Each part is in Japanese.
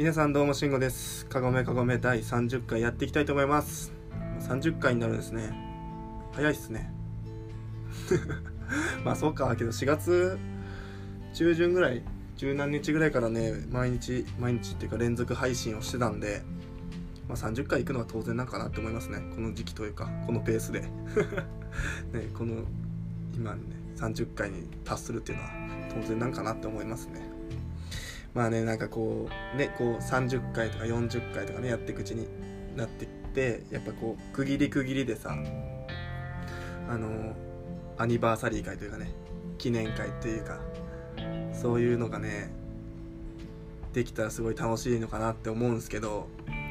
皆さんどうもしんごです。かごめ第30回やっていきたいと思います。30回になるんですね。早いっすねまあそうか、けど4月中旬ぐらい、十何日ぐらいからね、毎日っていうか連続配信をしてたんで、30回行くのは当然なんかなって思いますね。この時期というかこのペースでね、この今ね30回に達するっていうのは当然なんかなって思いますね。なんかこう30回とか40回とかねやっていくうちになってきて、やっぱこう区切りでさ、アニバーサリー会というかね、記念会っていうか、そういうのがねできたらすごい楽しいのかなって思うんですけど、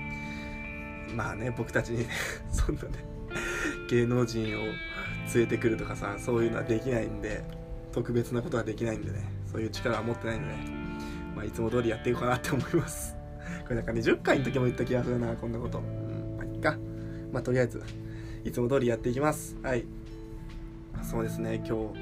僕たちにねそんなね芸能人を連れてくるとかさ、そういうのはできないんで、特別なことはできないんでね、そういう力は持ってないんでね、いつも通りやっていこうかなって思いますこれなんかね10回の時も言った気がするな、こんなこと。いっか。とりあえずいつも通りやっていきます。はい。そうですね、今日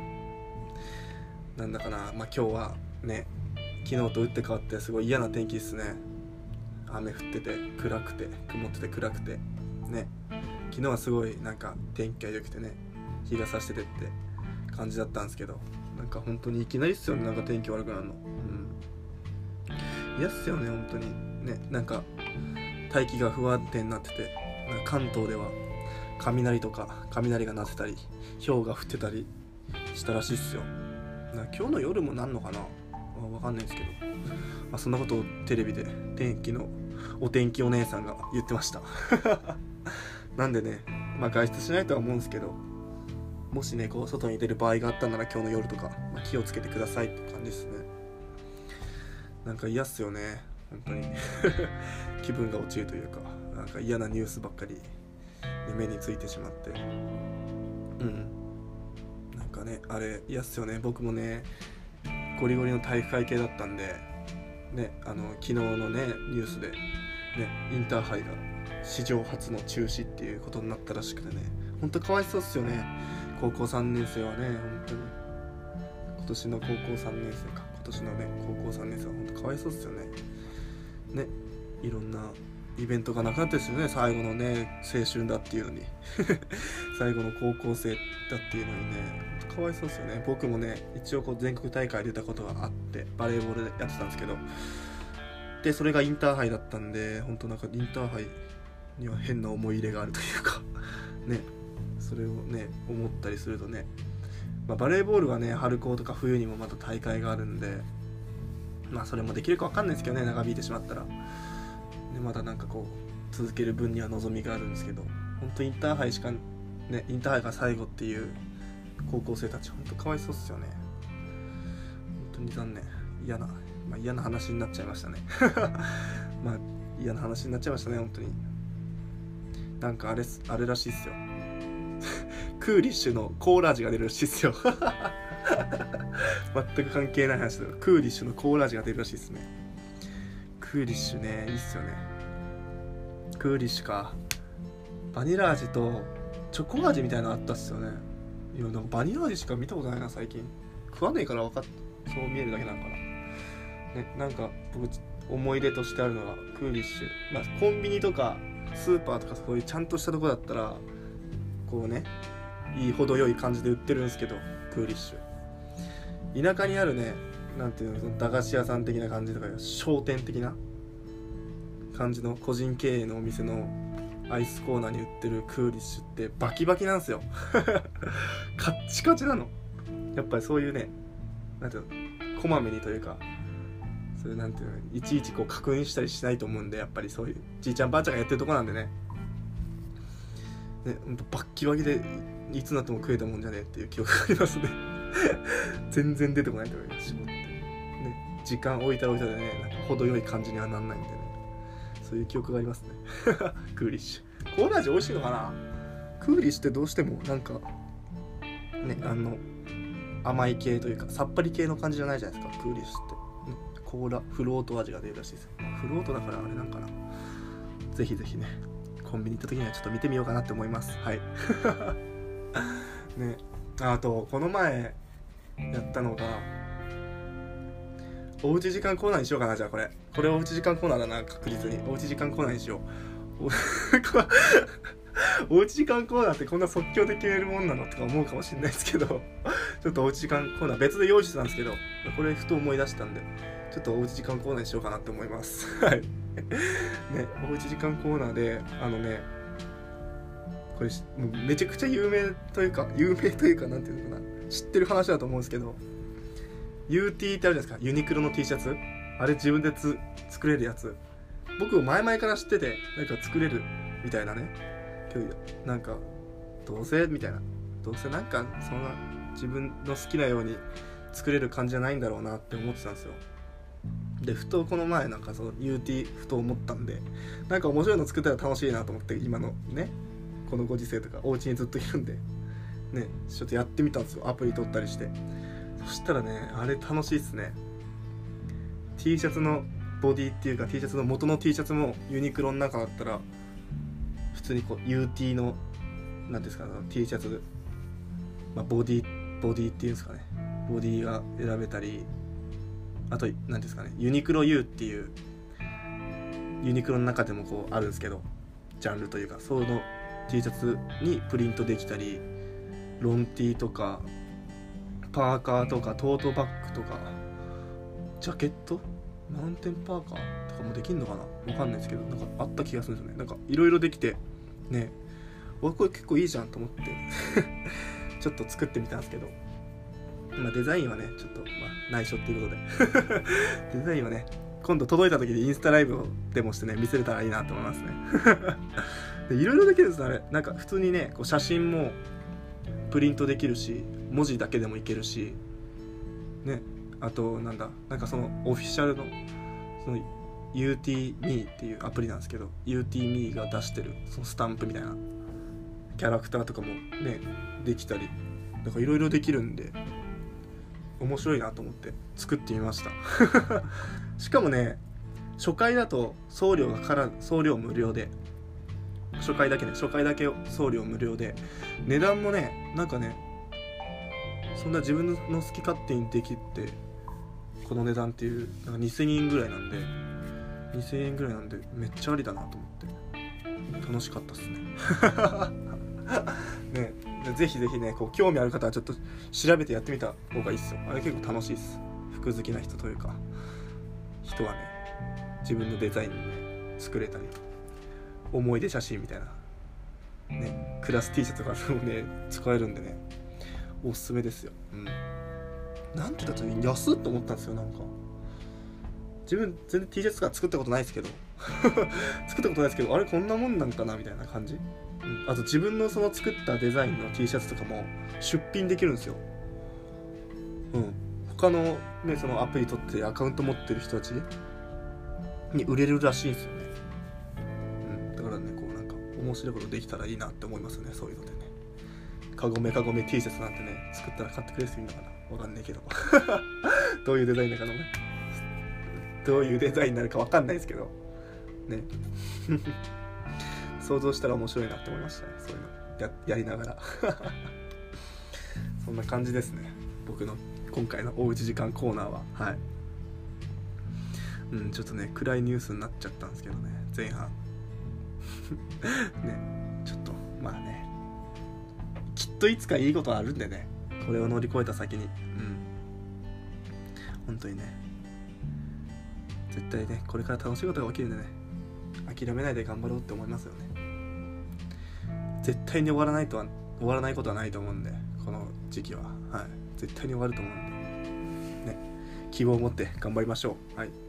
なんだかな、今日はね、昨日と打って変わってすごい嫌な天気ですね。雨降ってて暗くて、曇ってて暗くてね。昨日はすごいなんか天気が良くてね、日が差しててって感じだったんですけど、なんか本当にいきなりっすよね、なんか天気悪くなるの。嫌っすよね本当にね。なんか大気が不安定になってて、関東では雷が鳴ってたり氷が降ってたりしたらしいっすよ。今日の夜もなんのかな、わかんないですけど、そんなことをテレビでお天気お姉さんが言ってましたなんでね、外出しないとは思うんですけど、もしねこう外に出る場合があったなら今日の夜とか、気をつけてくださいって感じですね。なんか嫌っすよね本当に気分が落ちるというか、なんか嫌なニュースばっかり、目についてしまって、なんかねあれ嫌っすよね。僕もねゴリゴリの体育会系だったんでね、昨日のねニュースでね、インターハイが史上初の中止っていうことになったらしくてね、本当かわいそうっすよね。高校3年生はね、本当に今年の高校3年生か、今年のね高校3年生は本当かわいそうっすよね。ね、いろんなイベントがなくなってですよね、最後のね青春だっていうのに最後の高校生だっていうのにね、本当かわいそうっすよね。僕もね一応全国大会出たことがあって、バレーボールでやってたんですけど、でそれがインターハイだったんで、本当なんかインターハイには変な思い入れがあるというかね、それをね思ったりするとね、バレーボールはね春高とか冬にもまた大会があるんで、それもできるか分かんないですけどね、長引いてしまったらで、まだなんかこう続ける分には望みがあるんですけど、本当インターハイが最後っていう高校生たち本当かわいそうっすよね。本当に残念。嫌な話になっちゃいましたね嫌な話になっちゃいましたね本当に。なんかあれらしいっすよクーリッシュのコーラ味が出るらしいっすよ全く関係ない話だけど、クーリッシュのコーラ味が出るらしいっすね。クーリッシュね、いいっすよね。クーリッシュか。バニラ味とチョコ味みたいなのあったっすよね。いやなんかバニラ味しか見たことないな最近。食わねえからそう見えるだけなのかな、ね。なんか僕思い出としてあるのはクーリッシュ、コンビニとかスーパーとかそういうちゃんとしたとこだったらこうねいい程よい感じで売ってるんですけど、クーリッシュ田舎にあるね、なんていうの、駄菓子屋さん的な感じとか商店的な感じの個人経営のお店のアイスコーナーに売ってるクーリッシュってバキバキなんですよカッチカチなの。やっぱりそういうね、なんていうの、こまめにというか、そういうなんていうの、いちいちこう確認したりしないと思うんで、やっぱりそういうじいちゃんばあちゃんがやってるとこなんでね、バッキバキでいつになっても食えたもんじゃねえっていう記憶がありますね全然出てこないと思います。絞ってね、時間置いたらでね、なんか程よい感じにはなんないんでね、そういう記憶がありますねクーリッシュコーラ味美味しいのかな。クーリッシュってどうしてもなんかね、甘い系というかさっぱり系の感じじゃないじゃないですか、クーリッシュって。コーラフロート味が出るらしいですよ。フロートだからあれなんかな。ぜひぜひねコンビニ行った時にはちょっと見てみようかなって思います。はいね、あとこの前やったのがおうち時間コーナーにしようかな。じゃあこれおうち時間コーナーだな。確実におうち時間コーナーにしよう。おうち時間コーナーってこんな即興で決めるもんなのとか思うかもしれないですけどちょっとおうち時間コーナー別で用意してたんですけど、これふと思い出したんでちょっとおうち時間コーナーにしようかなって思いますはいね、おうち時間コーナーでこれもうめちゃくちゃ有名というかなんていうのかな、知ってる話だと思うんですけど、 UT ってあるじゃないですか、ユニクロの T シャツ、あれ自分で作れるやつ、僕も前々から知ってて、なんか作れるみたいなね、けどなんかどうせなんかそんな自分の好きなように作れる感じじゃないんだろうなって思ってたんですよ。でふとこの前なんかその UT ふと思ったんで、なんか面白いの作ったら楽しいなと思って、今のねこのご時世とかお家にずっといるんでね、ちょっとやってみたんですよ、アプリ取ったりして。そしたらね、あれ楽しいっすね。 T シャツのボディっていうか T シャツの元の T シャツもユニクロの中だったら普通にこう UT の何ですかね、T シャツ、ボディっていうんですかね、ボディが選べたり、あと何ですかね、ユニクロ U っていうユニクロの中でもこうあるんですけど、ジャンルというかその T シャツにプリントできたり、ロン T とかパーカーとかトートバッグとかジャケット、マウンテンパーカーとかもできんのかな、わかんないですけど、なんかあった気がするんですよね。なんかいろいろできてね、これ結構いいじゃんと思ってちょっと作ってみたんですけど、デザインはねちょっと内緒っていうことでデザインはね今度届いた時にインスタライブをでもしてね見せれたらいいなと思いますねでいろいろできるんですよ、あれ。なんか普通にねこう写真もプリントできるし、文字だけでもいけるしね、あとなんかそのオフィシャルのその UTME っていうアプリなんですけど、 UTME が出してるそのスタンプみたいなキャラクターとかもねできたり、なんかいろいろできるんで面白いなと思って作ってみましたしかもね初回だと送料無料で、初回だけ送料無料で、値段もねなんかねそんな自分の好き勝手にできてこの値段っていうなんか2000円ぐらいなんでめっちゃありだなと思って楽しかったっすねね、ぜひぜひねこう興味ある方はちょっと調べてやってみた方がいいっすよ。あれ結構楽しいっす。服好きな人というか人はね自分のデザインで、ね、作れたり、思い出写真みたいなね、クラス T シャツとかもね使えるんでねおすすめですよ。なんて言ったら安っと思ったんですよ。なんか自分全然 T シャツとか作ったことないですけどあれこんなもんなんかなみたいな感じ。あと自分のその作ったデザインの T シャツとかも出品できるんですよ。他のねそのアプリ取ってアカウント持ってる人たちに売れるらしいんですよね。だからねこうなんか面白いことできたらいいなって思いますね。そういうのでね、カゴメ T シャツなんてね作ったら買ってくれる人いるのかな、わかんないけどどういうデザインだかのねどういうデザインになるかわかんないですけどね想像したら面白いなって思いましたね。そういうの やりながらそんな感じですね、僕の今回のおうち時間コーナーは。はい、ちょっとね暗いニュースになっちゃったんですけどね、前半ね、ちょっとねきっといつかいいことあるんでね、これを乗り越えた先に本当にね絶対ねこれから楽しいことが起きるんでね、諦めないで頑張ろうって思いますよね。絶対に終わらないことはないと思うんで、この時期は絶対に終わると思うんでね、希望を持って頑張りましょう。はい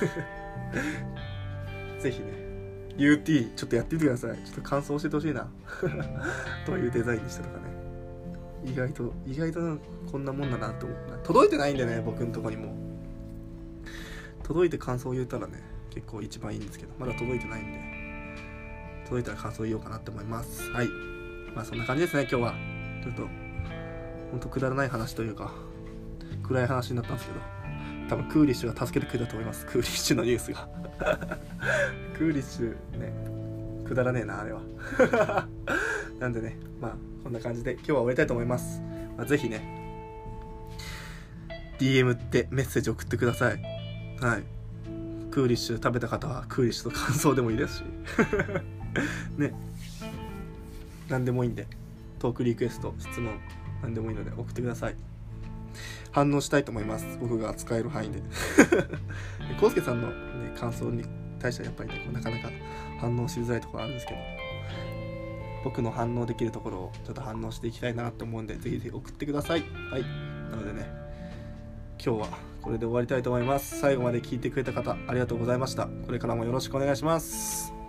ぜひね UT ちょっとやってみてください。ちょっと感想教えてほしいなどういうデザインにしたとかね、意外とこんなもんだなと思う。届いてないんでね、僕のとこにも届いて感想を言えたらね結構一番いいんですけど、まだ届いてないんで、届いたら感想を言おうかなって思います。はい、そんな感じですね。今日はちょっとほんとくだらない話というか暗い話になったんですけど、多分クーリッシュが助けてくれたと思います。クーリッシュのニュースがクーリッシュねくだらねえなあれはなんでねこんな感じで今日は終わりたいと思います。ぜひね DM ってメッセージ送ってください。 はい、クーリッシュ食べた方はクーリッシュと感想でもいいですしね、何でもいいんで、トークリクエスト、質問何でもいいので送ってください。反応したいと思います、僕が使える範囲でコウスケさんの、ね、感想に対してはやっぱりね、なかなか反応しづらいところあるんですけど、僕の反応できるところをちょっと反応していきたいなと思うんで、ぜひぜひ送ってください。はい、なのでね、今日はこれで終わりたいと思います。最後まで聞いてくれた方ありがとうございました。これからもよろしくお願いします。